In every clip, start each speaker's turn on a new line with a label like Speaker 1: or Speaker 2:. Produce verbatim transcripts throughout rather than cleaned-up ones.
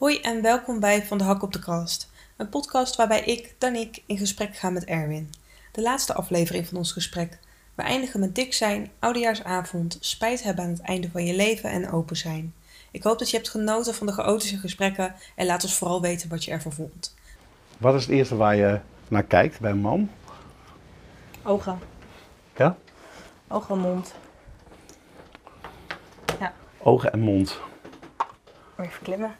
Speaker 1: Hoi en welkom bij Van de Hak op de Kast, een podcast waarbij ik, Danique, in gesprek ga met Erwin. De laatste aflevering van ons gesprek. We eindigen met dik zijn, oudejaarsavond, spijt hebben aan het einde van je leven en open zijn. Ik hoop dat je hebt genoten van de chaotische gesprekken en laat ons vooral weten wat je ervan vond.
Speaker 2: Wat is het eerste waar je naar kijkt bij een man?
Speaker 3: Ogen.
Speaker 2: Ja?
Speaker 3: Ogen en mond. Ja.
Speaker 2: Ogen en mond.
Speaker 3: Even klimmen.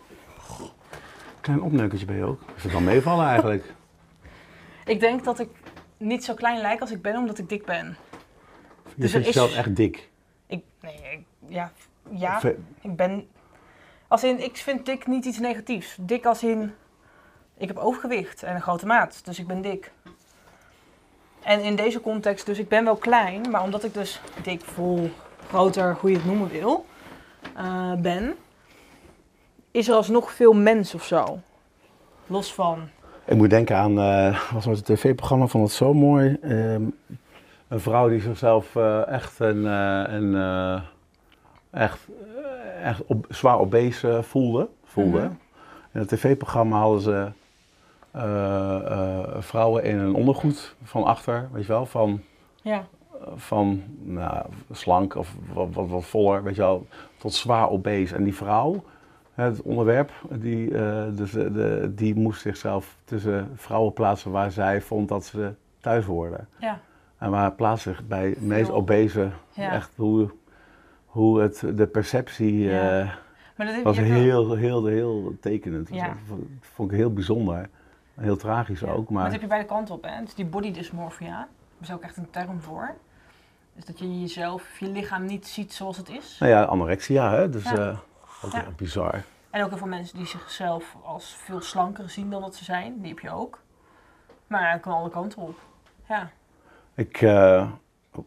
Speaker 2: Klein opneukertje ben je ook. Is het wel meevallen eigenlijk?
Speaker 3: Ik denk dat ik niet zo klein lijk als ik ben, omdat ik dik ben.
Speaker 2: Je
Speaker 3: Dus
Speaker 2: vindt
Speaker 3: er is-
Speaker 2: jezelf echt dik.
Speaker 3: Ik, nee, ik, ja, ja,
Speaker 2: Ve-
Speaker 3: ik ben... Als in, ik vind dik niet iets negatiefs. Dik als in, ik heb overgewicht en een grote maat, dus ik ben dik. En in deze context, dus ik ben wel klein, maar omdat ik dus dik, vol, groter, hoe je het noemen wil, eh, ben, is er alsnog veel mens of zo. Los van...
Speaker 2: Ik moet denken aan, eh was het tv-programma, vond het zo mooi. Ehm, een vrouw die zichzelf eh, echt, een, eh, een, eh, echt, eh, echt op, zwaar obese eh, voelde. voelde.
Speaker 3: Mhm.
Speaker 2: In het tv-programma hadden ze eh, eh, vrouwen in een ondergoed van achter, weet je wel, van...
Speaker 3: Ja.
Speaker 2: van nou, slank of wat, wat, wat voller, weet je wel, tot zwaar obese. En die vrouw, het onderwerp, die, eh, dus de, de, die moest zichzelf tussen vrouwen plaatsen waar zij vond dat ze thuis hoorden.
Speaker 3: Ja.
Speaker 2: En waar plaatst zich bij de meest
Speaker 3: Veel.
Speaker 2: obese,
Speaker 3: Ja.
Speaker 2: echt hoe, hoe het, de perceptie
Speaker 3: Ja.
Speaker 2: eh,
Speaker 3: Maar dat heb
Speaker 2: was
Speaker 3: je hebt wel-
Speaker 2: heel, heel, heel tekenend.
Speaker 3: Ja.
Speaker 2: Dat vond ik heel bijzonder. Heel tragisch
Speaker 3: Ja.
Speaker 2: ook,
Speaker 3: Maar
Speaker 2: maar...
Speaker 3: dat heb je beide kanten op, hè? Dus die body dysmorphia, daar is ook echt een term voor. Dus dat je jezelf, je lichaam niet ziet zoals het is.
Speaker 2: Nou ja, anorexia, hè, dus
Speaker 3: Ja.
Speaker 2: eh, ook
Speaker 3: Ja.
Speaker 2: echt bizar.
Speaker 3: En ook heel veel mensen die zichzelf als veel slanker zien dan dat ze zijn, die heb je ook. Maar ja, het kan alle kanten op. Ja.
Speaker 2: Ik, eh, oh.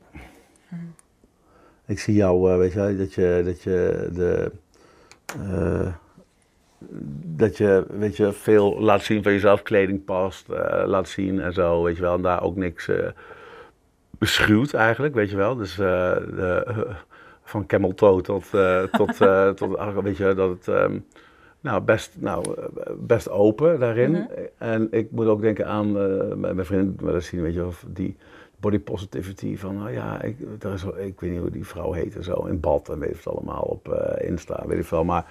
Speaker 2: ik zie jou, eh, weet je, wel, dat je, dat je de, eh, dat je, weet je, veel laat zien van jezelf, kleding past, eh, laat zien en zo, weet je wel, en daar ook niks eh beschuwt eigenlijk, weet je wel. Dus eh, de, eh, van camel toe tot, eh, tot, eh, tot, ah, weet je, dat het, ehm, nou, best, nou, eh, best open daarin.
Speaker 3: Mhm.
Speaker 2: En ik moet ook denken aan eh, mijn mijn vriend, wel eens zien, weet je, of die body positivity van, nou ja, ik, er is, wel- ik weet niet hoe die vrouw heet en zo, in bad en weet ik het allemaal op eh, Insta, weet ik veel, maar,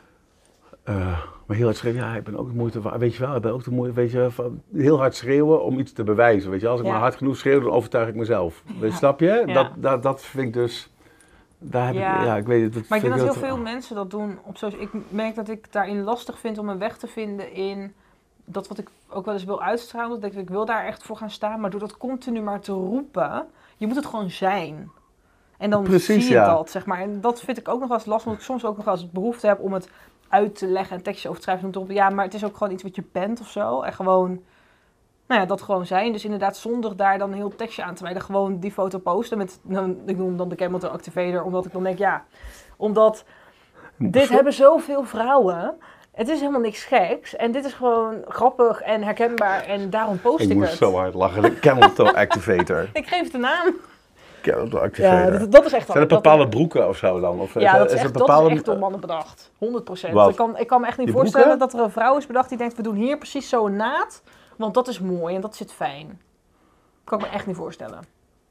Speaker 2: eh, maar heel hard schreeuwen, ja, ik ben ook de moeite waard, weet je wel, ik ben ook de moeite, weet je, van heel hard schreeuwen om iets te bewijzen, weet je, als ik
Speaker 3: Ja.
Speaker 2: maar hard genoeg schreeuw, dan overtuig ik mezelf, weet,
Speaker 3: Ja.
Speaker 2: snap je?
Speaker 3: Ja.
Speaker 2: Dat, dat, dat vind ik dus, daar heb
Speaker 3: Ja.
Speaker 2: ik, ja, ik weet het, dat
Speaker 3: Maar ik
Speaker 2: vind
Speaker 3: denk dat
Speaker 2: heel
Speaker 3: heel veel mensen dat doen op social. Ik merk dat ik daarin lastig vind om een weg te vinden in dat wat ik ook wel eens wil uitstralen. Dat ik denk, ik wil daar echt voor gaan staan, maar door dat continu maar te roepen, je moet het gewoon zijn. En dan
Speaker 2: Precies,
Speaker 3: zie je
Speaker 2: ja.
Speaker 3: dat, zeg maar. En dat vind ik ook nog wel eens lastig, omdat ik soms ook nog wel eens behoefte heb om het uit te leggen en tekstje over te schrijven. Om te roepen, ja, maar het is ook gewoon iets wat je bent of zo. En gewoon, nou ja, dat gewoon zijn. Dus inderdaad, zonder daar dan een heel tekstje aan te wijden, gewoon die foto posten met, nou, ik noem hem dan de Camel Toe Activator, omdat ik dan denk, ja, omdat dit hebben zoveel vrouwen. Het is helemaal niks geks. En dit is gewoon grappig en herkenbaar en daarom post ik,
Speaker 2: ik moest
Speaker 3: het.
Speaker 2: zo hard lachen, de camel toe activator.
Speaker 3: Ik geef het een naam.
Speaker 2: Camel toe activator.
Speaker 3: Ja, dat, dat is echt
Speaker 2: Zijn er
Speaker 3: dat-
Speaker 2: bepaalde broeken of zo dan? Of
Speaker 3: Ja, dat is,
Speaker 2: er
Speaker 3: echt,
Speaker 2: bepaalde...
Speaker 3: dat is echt door mannen bedacht. honderd procent.
Speaker 2: Wat?
Speaker 3: Ik kan, ik kan me echt niet
Speaker 2: Die
Speaker 3: voorstellen
Speaker 2: broeken?
Speaker 3: dat er een vrouw is bedacht die denkt, we doen hier precies zo'n naad, want dat is mooi en dat zit fijn. Dat kan ik me echt niet voorstellen.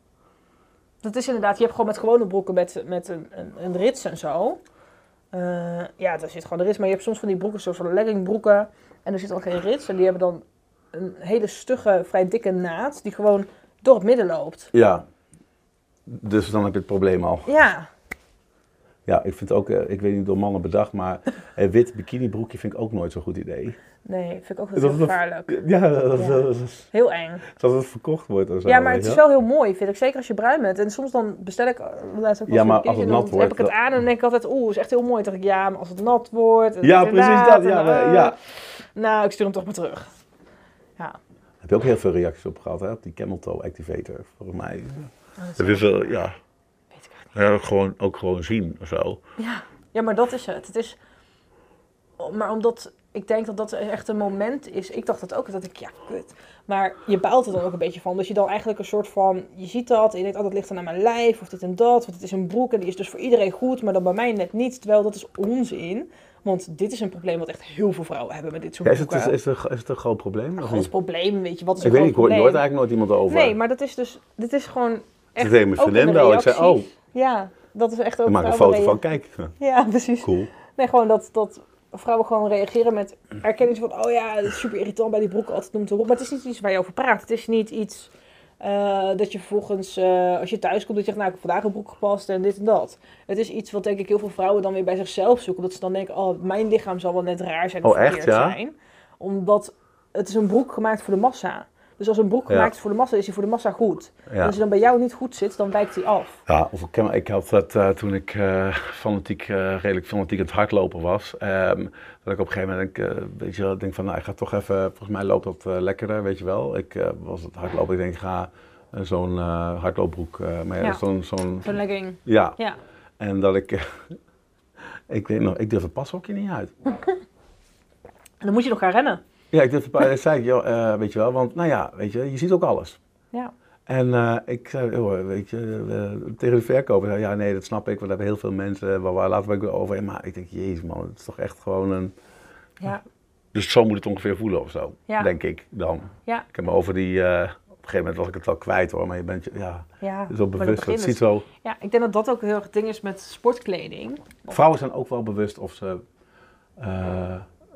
Speaker 3: Dat is inderdaad, je hebt gewoon met gewone broeken met, met een, een, een rits en zo. Eh, ja, daar zit gewoon een rits, maar je hebt soms van die broeken, zoals van leggingbroeken, en er zit dan geen rits. En die hebben dan een hele stugge, vrij dikke naad, die gewoon door het midden loopt.
Speaker 2: Ja, dus dan heb je het probleem al.
Speaker 3: Ja,
Speaker 2: Ja, ik vind ook, eh, ik weet niet door mannen bedacht, maar een wit bikinibroekje vind ik ook nooit zo'n goed idee.
Speaker 3: nee, vind ik ook
Speaker 2: Dat
Speaker 3: heel
Speaker 2: is-
Speaker 3: gevaarlijk.
Speaker 2: Ja, dat,
Speaker 3: Ja.
Speaker 2: dat is,
Speaker 3: Heel eng.
Speaker 2: dat het verkocht wordt of zo.
Speaker 3: Ja, maar
Speaker 2: weet
Speaker 3: het is
Speaker 2: je
Speaker 3: wel heel mooi, vind ik. Zeker als je bruin bent. En soms dan bestel ik... laatst ook wel
Speaker 2: Ja,
Speaker 3: zo'n
Speaker 2: maar
Speaker 3: keertje,
Speaker 2: als het
Speaker 3: dan
Speaker 2: nat wordt,
Speaker 3: heb ik het
Speaker 2: dan-
Speaker 3: aan en dan denk ik altijd... Oeh, is echt heel mooi. Dan dacht ik, ja, maar als het nat wordt... en
Speaker 2: Ja,
Speaker 3: dit en
Speaker 2: precies dat.
Speaker 3: en
Speaker 2: Ja,
Speaker 3: dan,
Speaker 2: we-
Speaker 3: eh,
Speaker 2: ja.
Speaker 3: Nou, ik stuur hem toch maar terug. Ja.
Speaker 2: Heb je ook heel veel reacties op gehad, hè? Op die camel toe activator, volgens mij.
Speaker 3: Oh, dat is
Speaker 2: Heb je veel, ja,
Speaker 3: weet ik echt niet.
Speaker 2: ja gewoon, ook gewoon zien of zo.
Speaker 3: Ja. Ja, maar dat is het. Het is... Maar omdat... Ik denk dat dat echt een moment is. Ik dacht dat ook. Dat ik, ja, kut. Maar je baalt er dan ook een beetje van. Dus je dan eigenlijk een soort van... Je ziet dat en je denkt, oh, dat ligt dan aan mijn lijf. Of dit en dat. Want het is een broek en die is dus voor iedereen goed. Maar dan bij mij net niet. Terwijl dat is onzin. Want dit is een probleem wat echt heel veel vrouwen hebben met dit soort
Speaker 2: Ja, is, het,
Speaker 3: broeken.
Speaker 2: is, het, is het een groot probleem?
Speaker 3: Een
Speaker 2: Of
Speaker 3: groot
Speaker 2: niet?
Speaker 3: probleem, weet je, wat is
Speaker 2: Ik
Speaker 3: een
Speaker 2: weet niet,
Speaker 3: groot
Speaker 2: ik hoor, je
Speaker 3: probleem?
Speaker 2: hoort eigenlijk nooit iemand over.
Speaker 3: Nee, maar dat is dus, dit is gewoon echt
Speaker 2: Ze deed mijn
Speaker 3: ook in
Speaker 2: vriendin
Speaker 3: de
Speaker 2: wel. Ik zei,
Speaker 3: reacties.
Speaker 2: oh,
Speaker 3: Ja, dat is echt ook
Speaker 2: ik maak een
Speaker 3: vrouwen
Speaker 2: foto van,
Speaker 3: rea-
Speaker 2: kijk.
Speaker 3: Ja, precies.
Speaker 2: Cool.
Speaker 3: Nee, gewoon dat, dat vrouwen gewoon reageren met erkenning van, oh ja, het is super irritant bij die broeken, altijd noemt erop. Maar het is niet iets waar je over praat. Het is niet iets uh, dat je vervolgens, uh, als je thuis komt, dat je zegt, nou, ik heb vandaag een broek gepast en dit en dat. Het is iets wat denk ik heel veel vrouwen dan weer bij zichzelf zoeken. Dat ze dan denken, oh, mijn lichaam zal wel net raar zijn of
Speaker 2: Oh, echt,
Speaker 3: verkeerd
Speaker 2: ja?
Speaker 3: zijn. Omdat het is een broek gemaakt voor de massa. Dus als een broek
Speaker 2: Ja.
Speaker 3: gemaakt is voor de massa, is hij voor de massa goed. En
Speaker 2: Ja.
Speaker 3: als hij dan bij jou niet goed zit, dan wijkt hij af.
Speaker 2: Ja, of ik, ken- ik had dat uh, toen ik uh, fanatiek, uh, redelijk fanatiek aan het hardlopen was. Um, dat ik op een gegeven moment denk, uh, weet je wel, denk van, nou, ik ga toch even, volgens mij loopt dat uh, lekkerder, weet je wel. Ik uh, was het hardlopen, ik denk, ik ga uh, zo'n uh, hardloopbroek, uh, maar ja,
Speaker 3: Ja.
Speaker 2: zo'n... zo'n
Speaker 3: Zo'n legging.
Speaker 2: ja.
Speaker 3: Ja.
Speaker 2: En dat ik, uh, ik weet nog, ik durf het pashokje niet uit.
Speaker 3: En dan moet je nog gaan rennen.
Speaker 2: Ja, ik durf het pas, zei ik, joh, uh, weet je wel, want nou ja, weet je, je ziet ook alles.
Speaker 3: Ja.
Speaker 2: En uh, ik zei, joh, weet je, uh, tegen de verkoper, zei, ja nee, dat snap ik, want er hebben heel veel mensen, waar, waar laten we het over. Maar ik denk, jezus man, het is toch echt gewoon een...
Speaker 3: Ja.
Speaker 2: Dus zo moet het ongeveer voelen of zo,
Speaker 3: Ja.
Speaker 2: denk ik dan.
Speaker 3: Ja.
Speaker 2: Ik heb me over die, uh, op een gegeven moment was ik het wel kwijt hoor, maar je bent, ja,
Speaker 3: Ja,
Speaker 2: zo
Speaker 3: maar
Speaker 2: bewust,
Speaker 3: dat
Speaker 2: het ziet zo...
Speaker 3: Ja, ik denk dat dat ook heel erg het ding is met sportkleding.
Speaker 2: Vrouwen zijn ook wel bewust of ze, uh,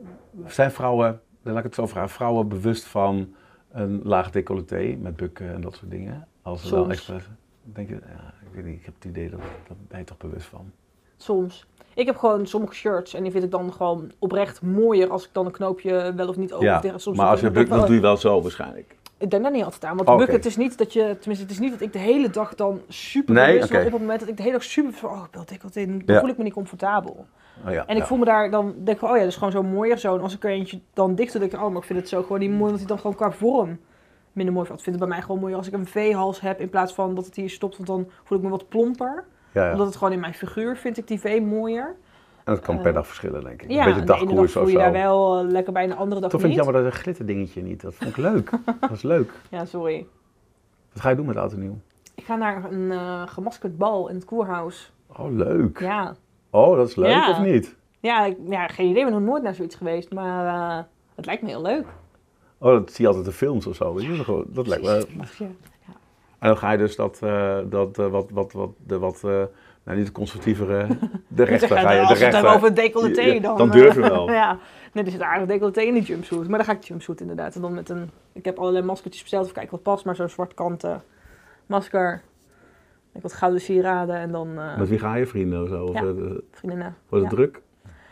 Speaker 2: zijn vrouwen, laat ik het zo vragen, vrouwen bewust van een laag decolleté met bukken en dat soort dingen? Als ze
Speaker 3: Soms.
Speaker 2: dan echt, denk je, ja, ik weet niet, ik heb het idee dat, dat ben je toch bewust van.
Speaker 3: Soms. Ik heb gewoon sommige shirts en die vind ik dan gewoon oprecht mooier als ik dan een knoopje wel of niet open.
Speaker 2: Ja,
Speaker 3: tegen. Soms
Speaker 2: maar als je
Speaker 3: denk ik
Speaker 2: bukt, dan
Speaker 3: wel-
Speaker 2: doe je wel zo waarschijnlijk.
Speaker 3: Ik denk daar niet altijd aan, want
Speaker 2: Oké.
Speaker 3: bukken, het is niet dat je, tenminste het is niet dat ik de hele dag dan super
Speaker 2: Nee,
Speaker 3: bewust
Speaker 2: oké.
Speaker 3: word op het moment dat ik de hele dag super van, oh ik wil dik wat in, dan
Speaker 2: Ja.
Speaker 3: voel ik me niet comfortabel.
Speaker 2: Oh, ja,
Speaker 3: En ik
Speaker 2: ja.
Speaker 3: voel me daar dan, denk ik van, oh ja, dat is gewoon zo mooier zo. En als ik er eentje dan dichter denk ik, oh maar ik vind het zo gewoon niet mooi, omdat hij dan gewoon qua vorm minder mooi valt. Ik vind het bij mij gewoon mooier als ik een V-hals heb in plaats van dat het hier stopt, want dan voel ik me wat plomper.
Speaker 2: Ja, ja.
Speaker 3: Omdat het gewoon in mijn figuur vind ik die V mooier.
Speaker 2: En dat kan per dag verschillen, denk ik.
Speaker 3: Ja,
Speaker 2: een beetje
Speaker 3: de ene dag
Speaker 2: dagkoers
Speaker 3: voel
Speaker 2: of
Speaker 3: je
Speaker 2: zo.
Speaker 3: daar wel eh, lekker bij en de andere dag
Speaker 2: Toch vind
Speaker 3: niet.
Speaker 2: ik jammer dat een glitterdingetje niet. Dat vond ik leuk. Dat is leuk.
Speaker 3: Ja, sorry.
Speaker 2: Wat ga je doen met oud en nieuw?
Speaker 3: Ik ga naar een uh, gemaskerd bal in het Koerhuis.
Speaker 2: Oh, leuk.
Speaker 3: Ja.
Speaker 2: Oh, dat is leuk
Speaker 3: Ja.
Speaker 2: of niet?
Speaker 3: Ja, ik, ja, geen idee. Ik ben nog nooit naar zoiets geweest, maar uh, het lijkt me heel leuk.
Speaker 2: Oh, dat zie je altijd in films of zo. Weet je? Dat, dat lijkt me...
Speaker 3: Precies. Ja.
Speaker 2: En dan ga je dus dat, uh, dat uh, wat, wat, wat, de wat, uh, nou niet de conservatievere, de rechter
Speaker 3: Zeg,
Speaker 2: ga je, de
Speaker 3: als we het
Speaker 2: rechter.
Speaker 3: hebben over het decolleté,
Speaker 2: Ja,
Speaker 3: dan...
Speaker 2: dan
Speaker 3: uh,
Speaker 2: durf je wel.
Speaker 3: ja, nee, er zit een aardig decolleté in die jumpsuit. Maar dan ga ik jumpsuit inderdaad. En dan met een... Ik heb allerlei maskertjes besteld, even kijken wat past. Maar zo'n zwart kanten masker. Ik wat gouden sieraden en dan... Uh,
Speaker 2: Met wie ga je, vrienden of zo? Of,
Speaker 3: Ja.
Speaker 2: uh,
Speaker 3: vriendinnen.
Speaker 2: wordt het
Speaker 3: Ja.
Speaker 2: druk?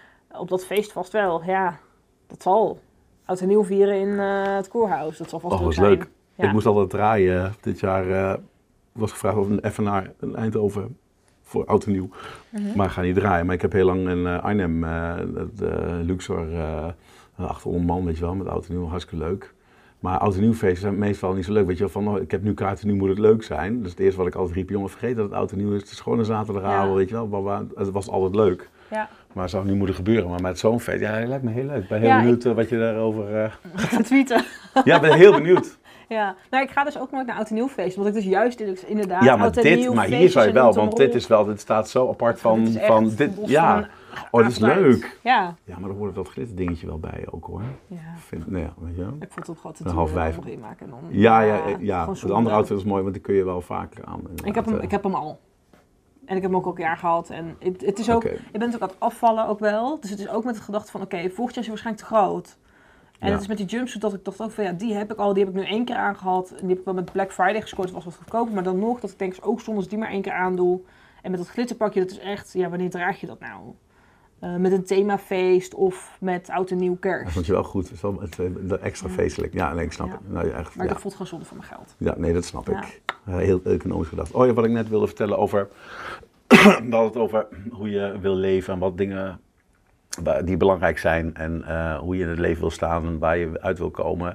Speaker 3: Op dat feest vast wel, ja. Dat zal. Oud en nieuw vieren in uh, het Koerhuis. Dat zal vast
Speaker 2: Oh,
Speaker 3: druk
Speaker 2: wat
Speaker 3: zijn.
Speaker 2: leuk.
Speaker 3: Ja.
Speaker 2: Ik moest altijd draaien. Dit jaar uh, was gevraagd of een Evenaar in Eindhoven voor oud en nieuw.
Speaker 3: Mm-hmm.
Speaker 2: Maar ik ga niet draaien. Maar ik heb heel lang in uh, Arnhem, uh, het uh, Luxor, uh, achthonderd man, weet je wel, met oud en nieuw. Hartstikke leuk. Maar oud en nieuw feesten zijn meestal niet zo leuk. Weet je wel, van oh, ik heb nu kaarten, nu moet het leuk zijn. Dus het eerste wat ik altijd riep, jongen, vergeet dat het oud en nieuw is. Het is gewoon een zaterdagavond,
Speaker 3: Ja.
Speaker 2: weet je wel. Maar, maar, het was altijd leuk.
Speaker 3: Ja.
Speaker 2: Maar het zou niet moeten gebeuren. Maar met zo'n feest, ja, dat lijkt me heel leuk. Ik ben heel
Speaker 3: Ja,
Speaker 2: benieuwd uh, wat je daarover... Uh...
Speaker 3: Ik ga tweeten.
Speaker 2: ja, ik ben heel benieuwd.
Speaker 3: Ja, nou ik ga dus ook nooit naar oud en nieuw feest, omdat ik dus juist inderdaad
Speaker 2: Ja, maar,
Speaker 3: oud en
Speaker 2: dit,
Speaker 3: nieuw
Speaker 2: maar hier
Speaker 3: feestjes
Speaker 2: zou je
Speaker 3: en
Speaker 2: wel,
Speaker 3: noem het
Speaker 2: want
Speaker 3: maar
Speaker 2: dit
Speaker 3: op.
Speaker 2: is wel, dit staat zo apart van,
Speaker 3: Dit is echt
Speaker 2: van dit,
Speaker 3: los
Speaker 2: ja.
Speaker 3: van
Speaker 2: Oh, dit is
Speaker 3: avond uit.
Speaker 2: leuk.
Speaker 3: Ja,
Speaker 2: Ja, maar dan hoort dat glitterdingetje wel bij ook hoor.
Speaker 3: ja.
Speaker 2: Vind, nou ja, weet je wel.
Speaker 3: Ik vond het gewoon te
Speaker 2: Een half vijf.
Speaker 3: omheen maken en dan.
Speaker 2: Ja, ja, ja.
Speaker 3: gewoon
Speaker 2: Het
Speaker 3: zonde.
Speaker 2: andere outfit is mooi, want die kun je wel vaker aan.
Speaker 3: Ik heb, hem,
Speaker 2: eh.
Speaker 3: ik heb hem al. En ik heb hem ook al een jaar gehad. En het, het is ook,
Speaker 2: Oké.
Speaker 3: je bent ook aan het afvallen ook wel. Dus het is ook met de gedachte van, oké, okay, volgend jaar is hij waarschijnlijk te groot. En
Speaker 2: Ja.
Speaker 3: het is met die jumpsuit dat ik dacht ook van, ja, die heb ik al. Die heb ik nu één keer aangehad. En die heb ik wel met Black Friday gescoord. Dat was wat goedkoper. Maar dan nog, dat ik denk, is ook zonde als ik die maar één keer aandoe. En met dat glitterpakje, dat is echt, ja, wanneer draag je dat nou? Uh, met een themafeest of met oud en nieuw
Speaker 2: Dat
Speaker 3: kerst.
Speaker 2: vond je wel goed. Het is wel het, eh, extra
Speaker 3: Ja.
Speaker 2: feestelijk. Ja, nee, ik snap
Speaker 3: Ja.
Speaker 2: het. Nou, ja, echt,
Speaker 3: Maar
Speaker 2: ja.
Speaker 3: ik vond het gewoon zonde van mijn geld.
Speaker 2: Ja, nee, dat snap
Speaker 3: Ja.
Speaker 2: ik. Uh, heel economisch gedacht. Oh ja, wat ik net wilde vertellen over... We hadden het over hoe je wil leven en wat dingen die belangrijk zijn. En uh, hoe je in het leven wil staan en waar je uit wil komen.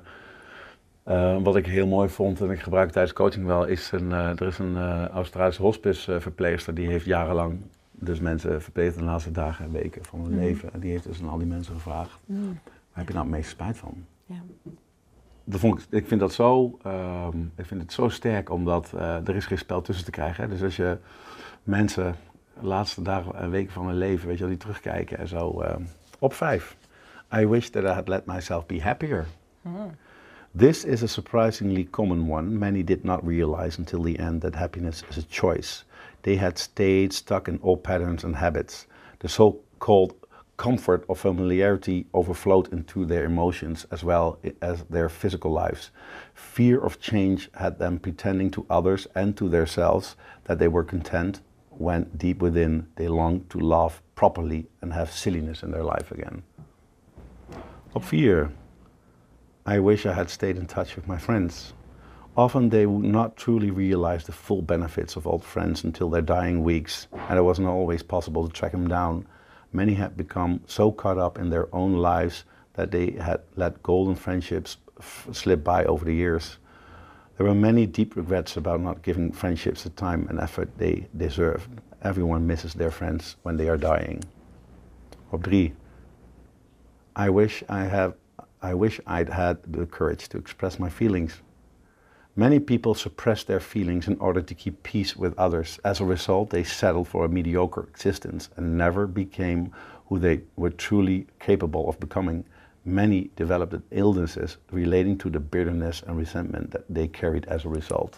Speaker 2: Uh, wat ik heel mooi vond en ik gebruik tijdens coaching wel, is een, uh, er is een uh, Australische hospice verpleegster die heeft jarenlang dus mensen verpleegd de laatste dagen en weken van hun
Speaker 3: Mm.
Speaker 2: leven. En die heeft dus aan al die mensen gevraagd,
Speaker 3: Mm.
Speaker 2: waar heb je nou het meeste spijt van?
Speaker 3: Ja.
Speaker 2: Dat vond ik, ik vind dat zo, um, ik vind het zo sterk, omdat uh, er is geen spel tussen te krijgen. Hè? Dus als je mensen de laatste dagen en weken van hun leven, weet je wel, die terugkijken en zo, uh, Op vijf. I wish that I had let myself be happier. Mm. This is a surprisingly common one. Many did not realize until the end that happiness is a choice. They had stayed stuck in old patterns and habits. The so-called comfort of familiarity overflowed into their emotions as well as their physical lives. Fear of change had them pretending to others and to themselves that they were content when deep within they longed to laugh properly and have silliness in their life again. Op vier. I wish I had stayed in touch with my friends. Often they would not truly realize the full benefits of old friends until their dying weeks, and it wasn't always possible to track them down. Many had become so caught up in their own lives that they had let golden friendships f- slip by over the years. There were many deep regrets about not giving friendships the time and effort they deserve. Everyone misses their friends when they are dying. Op drie. I wish I have, I wish I'd had the courage to express my feelings. Many people suppress their feelings in order to keep peace with others. As a result, they settled for a mediocre existence and never became who they were truly capable of becoming. Many developed illnesses relating to the bitterness and resentment that they carried as a result.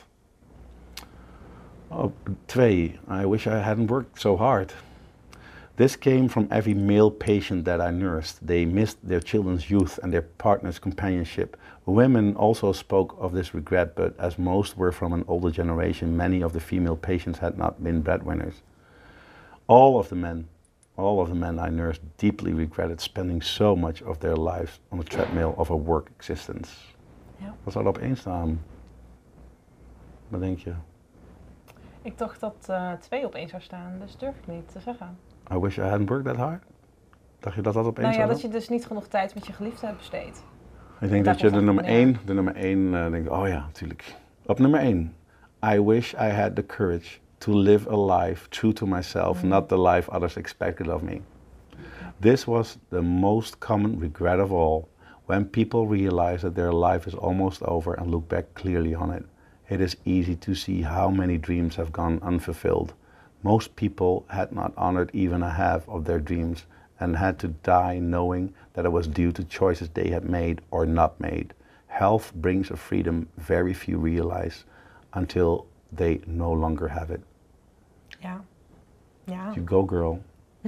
Speaker 2: Oh, twee, I wish I hadn't worked so hard. This came from every male patient that I nursed. They missed their children's youth and their partner's companionship. Women also spoke of this regret, but as most were from an older generation, many of the female patients had not been breadwinners. All of the men, all of the men I nursed deeply regretted spending so much of their lives on the treadmill of a work existence.
Speaker 3: Ja.
Speaker 2: Wat zou er op één staan? Wat denk je?
Speaker 3: Ik dacht dat uh, twee op één zou staan, dus durf ik niet te zeggen.
Speaker 2: I wish I hadn't worked that hard. Dacht je dat dat op één
Speaker 3: Nou ja,
Speaker 2: zou
Speaker 3: dat je dus niet genoeg tijd met je geliefde hebt besteed.
Speaker 2: Ik denk dat je de nummer één, de nummer één, uh, denkt, oh ja, natuurlijk. Op nummer één. I wish I had the courage to live a life true to myself, mm. not the life others expected of me. This was the most common regret of all. When people realize that their life is almost over and look back clearly on it, it is easy to see how many dreams have gone unfulfilled. Most people had not honored even a half of their dreams and had to die knowing that it was due to choices they had made or not made. Health brings a freedom very few realize until they no longer have it.
Speaker 3: Ja. Ja.
Speaker 2: You go girl.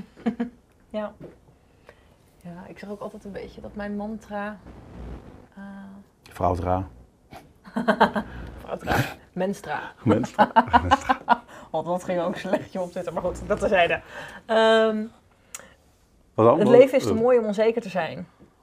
Speaker 3: Ja. Ja, ik zeg ook altijd een beetje dat mijn mantra... Uh...
Speaker 2: Vrouwdra.
Speaker 3: Vrouwdra. Menstra.
Speaker 2: Menstra. Menstra.
Speaker 3: Want dat ging ook slecht op zitten, maar goed, dat terzijde. Um, het leven is te mooi om onzeker te zijn.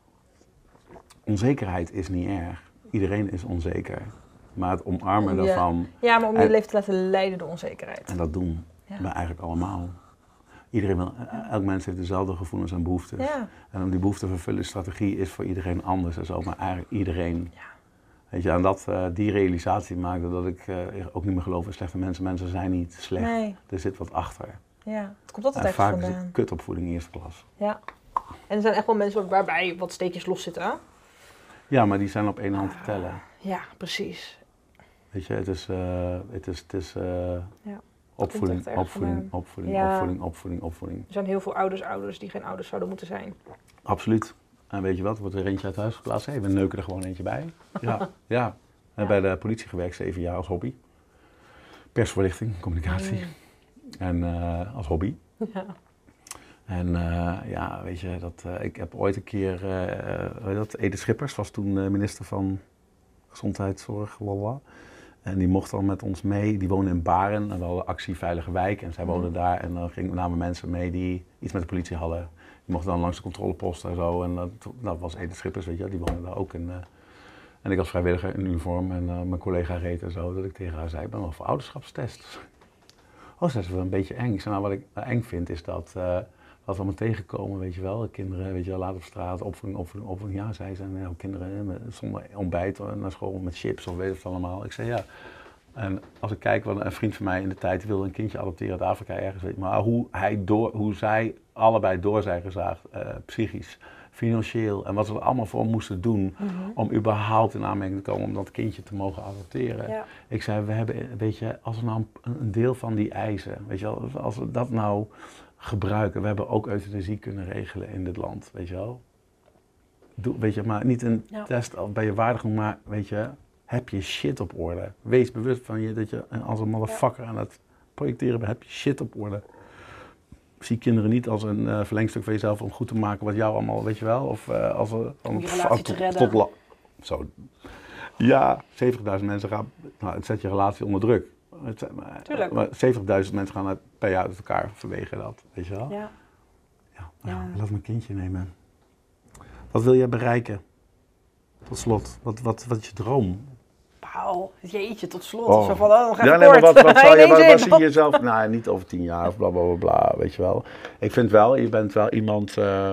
Speaker 2: Onzekerheid is niet erg. Iedereen is onzeker. Maar het omarmen
Speaker 3: ja.
Speaker 2: daarvan...
Speaker 3: Ja, maar om je en, leven te laten leiden door onzekerheid.
Speaker 2: En dat doen ja. we eigenlijk allemaal. Iedereen wil, elk mens heeft dezelfde gevoelens en behoeftes.
Speaker 3: Ja.
Speaker 2: En om die behoefte vervullen strategie is voor iedereen anders en zo. Maar eigenlijk iedereen...
Speaker 3: Ja.
Speaker 2: Weet je, en dat, uh, die realisatie maakte dat ik uh, ook niet meer geloof in slechte mensen. Mensen zijn niet slecht.
Speaker 3: Nee.
Speaker 2: Er zit wat achter.
Speaker 3: Ja, het komt altijd
Speaker 2: en
Speaker 3: ergens
Speaker 2: vaak
Speaker 3: vandaan.
Speaker 2: is het kutopvoeding eerste klas.
Speaker 3: Ja. En er zijn echt wel mensen waarbij wat steekjes los zitten.
Speaker 2: Ja, maar die zijn op één hand te tellen.
Speaker 3: Ja, precies.
Speaker 2: Weet je, het is, uh, het is, het is uh,
Speaker 3: ja.
Speaker 2: opvoeding, opvoeding, opvoeding,
Speaker 3: ja.
Speaker 2: opvoeding, opvoeding, opvoeding.
Speaker 3: Er zijn heel veel ouders, ouders die geen ouders zouden moeten zijn.
Speaker 2: Absoluut. En weet je wat, wordt er eentje uit huis geplaatst? Hey, we neuken er gewoon eentje bij. Ja, ja. Ik heb bij de politie gewerkt, zeven jaar als hobby. Persverlichting, communicatie. Mm. En uh, als hobby.
Speaker 3: Ja.
Speaker 2: En uh, ja, weet je, dat, uh, ik heb ooit een keer, uh, weet dat, Edith Schippers was toen uh, minister van Gezondheidszorg, blablabla. En die mocht dan met ons mee, die woonde in Baren en we hadden actie Veilige Wijk. En zij woonde mm. daar en dan uh, namen mensen mee die iets met de politie hadden. Die mochten dan langs de controlepost en zo. En dat, dat was Edith Schippers, weet je, die woonde daar ook. En, uh, en ik als vrijwilliger in uniform en uh, mijn collega reed en zo, dat ik tegen haar zei, ik ben wel voor ouderschapstest. Oh, ze is wel een beetje eng. Ik zei, nou, wat ik eng vind is dat, uh, wat we allemaal tegenkomen, weet je wel. De kinderen, weet je wel, laat op straat, opvoeding, opvoeding, opvoeding. Ja, zij zijn nou, kinderen met, zonder ontbijt naar school met chips of weet je het allemaal. Ik zei, ja. En als ik kijk, wat een vriend van mij in de tijd wilde een kindje adopteren uit Afrika ergens, weet je, maar hoe, hij door, hoe zij allebei door zijn gezaagd, uh, psychisch, financieel en wat ze er allemaal voor moesten doen mm-hmm. om überhaupt in aanmerking te komen om dat kindje te mogen adopteren. Ja. Ik zei, we hebben, weet je, als we nou een, een deel van die eisen, weet je wel, als we dat nou gebruiken. We hebben ook euthanasie kunnen regelen in dit land, weet je wel. Doe, weet je, maar niet een
Speaker 3: Ja.
Speaker 2: test of ben je waardig, maar weet je, heb je shit op orde. Wees bewust van je dat je als een motherfucker ja. aan het projecteren bent, heb je shit op orde. Zie kinderen niet als een uh, verlengstuk van jezelf om goed te maken wat jou allemaal, weet je wel, of uh, als een...
Speaker 3: Om je relatie te redden.
Speaker 2: Tot, tot zo. Ja, zeventigduizend mensen gaan, nou, het zet je relatie onder druk. Het, maar,
Speaker 3: Tuurlijk.
Speaker 2: Maar zeventigduizend mensen gaan het per jaar uit elkaar vanwege dat, weet je wel.
Speaker 3: Ja.
Speaker 2: Ja, nou,
Speaker 3: Ja.
Speaker 2: laat mijn kindje nemen. Wat wil jij bereiken? Tot slot, wat, wat, wat is je droom?
Speaker 3: Wauw, jeetje, tot slot.
Speaker 2: Oh.
Speaker 3: Zo van, oh, nog even
Speaker 2: Ja, nee, maar
Speaker 3: kort.
Speaker 2: wat, wat, zou je,
Speaker 3: In één
Speaker 2: wat, wat
Speaker 3: zin.
Speaker 2: zie je jezelf? Nou, niet over tien jaar of bla bla bla, bla weet je wel. Ik vind wel, je bent wel iemand... Uh,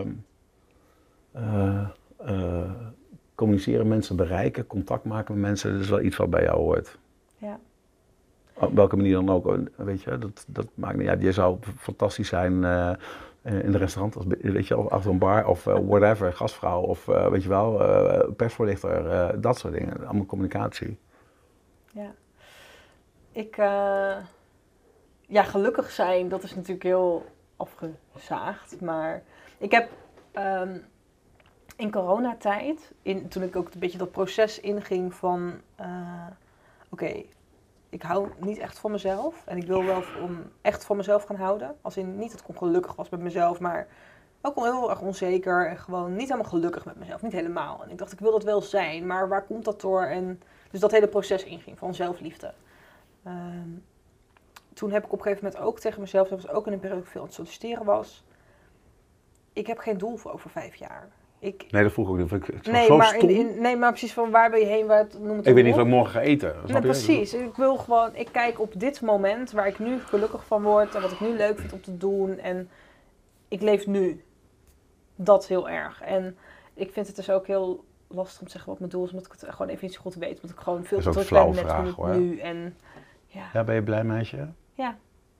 Speaker 2: uh, uh, communiceren, mensen bereiken, contact maken met mensen, dat is wel iets wat bij jou hoort.
Speaker 3: Ja.
Speaker 2: Op welke manier dan ook, weet je, dat, dat maakt niet uit. Je zou fantastisch zijn uh, in een restaurant, als, weet je, of achter een bar of uh, whatever, gastvrouw of uh, weet je wel, uh, persvoorlichter, uh, dat soort dingen. Allemaal communicatie.
Speaker 3: Ja. Ik, uh, ja, gelukkig zijn, dat is natuurlijk heel afgezaagd, maar ik heb um, in coronatijd, in, toen ik ook een beetje dat proces inging van, uh, oké, okay, ik hou niet echt van mezelf en ik wil wel om echt van mezelf gaan houden. Als in niet dat ik ongelukkig was met mezelf, maar ook al heel erg onzeker en gewoon niet helemaal gelukkig met mezelf, niet helemaal. En ik dacht, ik wil dat wel zijn, maar waar komt dat door? En dus dat hele proces inging van zelfliefde. Um, toen heb ik op een gegeven moment ook tegen mezelf, dat was ook in een periode dat ik veel aan het solliciteren was, ik heb geen doel voor over vijf jaar. Ik,
Speaker 2: nee, dat vroeg ik niet. Ik,
Speaker 3: nee,
Speaker 2: zo
Speaker 3: maar in, in, nee, maar precies van waar wil je heen, waar het, noem het
Speaker 2: ik weet niet
Speaker 3: op.
Speaker 2: wat ik morgen ga eten.
Speaker 3: Nee, precies. Ik wil gewoon, ik kijk op dit moment waar ik nu gelukkig van word en wat ik nu leuk vind om te doen en ik leef nu. Dat heel erg. En ik vind het dus ook heel lastig om te zeggen wat mijn doel is, omdat ik het gewoon even niet zo goed weet. Omdat ik gewoon veel te druk ben met vraag, hoe nu. En, ja.
Speaker 2: ja, ben je blij meisje?
Speaker 3: Ja.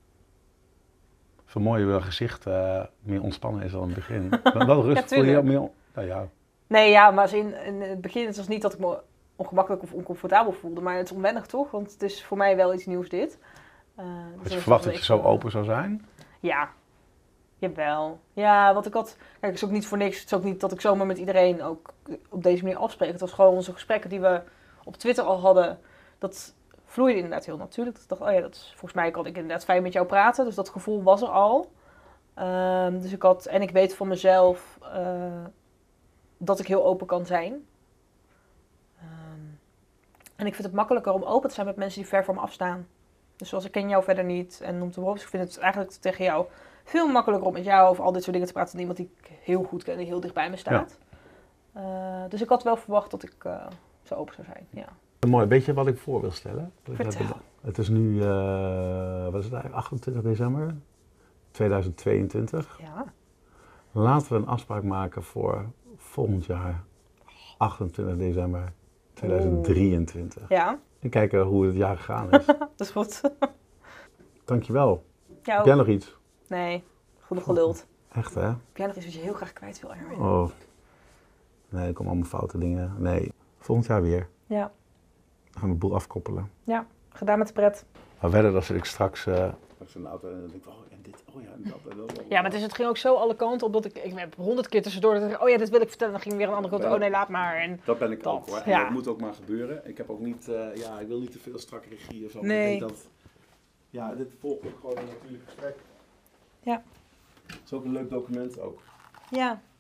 Speaker 2: Zo mooi hoe je gezicht uh, meer ontspannen is dan in het begin. Wel rustig,
Speaker 3: ja,
Speaker 2: voel je meer... Nou, ja.
Speaker 3: Nee, ja, maar in, in het begin het was niet dat ik me ongemakkelijk of oncomfortabel voelde, maar het is onwennig toch? Want het is voor mij wel iets nieuws dit. Uh,
Speaker 2: dus Had je verwacht dat je zo open zou zijn?
Speaker 3: Ja, jawel. Ja, want ik had... Kijk, het is ook niet voor niks. Het is ook niet dat ik zomaar met iedereen ook op deze manier afspreek. Het was gewoon onze gesprekken die we op Twitter al hadden. Dat vloeide inderdaad heel natuurlijk. Dat ik dacht, oh ja, dat is, volgens mij kan ik inderdaad fijn met jou praten. Dus dat gevoel was er al. Um, dus ik had... En ik weet van mezelf uh, dat ik heel open kan zijn. Um, en ik vind het makkelijker om open te zijn met mensen die ver van me afstaan. Dus zoals ik ken jou verder niet en noem het maar op. Dus ik vind het eigenlijk tegen jou veel makkelijker om met jou over al dit soort dingen te praten dan iemand die ik heel goed ken, die heel dicht bij me staat. Ja. Uh, dus ik had wel verwacht dat ik uh, zo open zou zijn, ja.
Speaker 2: Mooi, weet je wat ik voor wil stellen?
Speaker 3: Vertel.
Speaker 2: Het is nu, uh, wat is het eigenlijk, achtentwintig december tweeduizend tweeëntwintig.
Speaker 3: Ja.
Speaker 2: Laten we een afspraak maken voor volgend jaar, achtentwintig december tweeduizend drieëntwintig.
Speaker 3: Ja.
Speaker 2: En kijken hoe het jaar gegaan is.
Speaker 3: Dat is goed.
Speaker 2: Dankjewel.
Speaker 3: Ja,
Speaker 2: heb jij nog iets?
Speaker 3: Nee, goede geduld.
Speaker 2: Echt, hè?
Speaker 3: Heb jij nog iets wat je heel graag kwijt wil, Erwin?
Speaker 2: Oh. Nee, er komen allemaal foute dingen. Nee, volgend jaar weer.
Speaker 3: Ja.
Speaker 2: Dan gaan we de boel afkoppelen.
Speaker 3: Ja, gedaan met de pret.
Speaker 2: Maar verder, dan zit ik straks... Uh, straks in de auto en dan denk ik, oh, en dit, oh ja, en dat, en dat.
Speaker 3: Ja, maar het, is, het ging ook zo alle kanten op dat ik... Ik heb honderd keer tussendoor dat ik oh ja, dit wil ik vertellen. Dan ging weer een andere kant, oh nee, laat maar. En
Speaker 2: dat ben ik
Speaker 3: dat,
Speaker 2: ook, hoor. En
Speaker 3: ja.
Speaker 2: dat moet ook maar gebeuren. Ik heb ook niet, uh, ja, ik wil niet te veel strakke regie of zo.
Speaker 3: Nee.
Speaker 2: Ik denk dat, ja, dit volgt ook gewoon een natuurlijk gesprek.
Speaker 3: Ja.
Speaker 2: Het is ook een leuk document ook.
Speaker 3: Ja.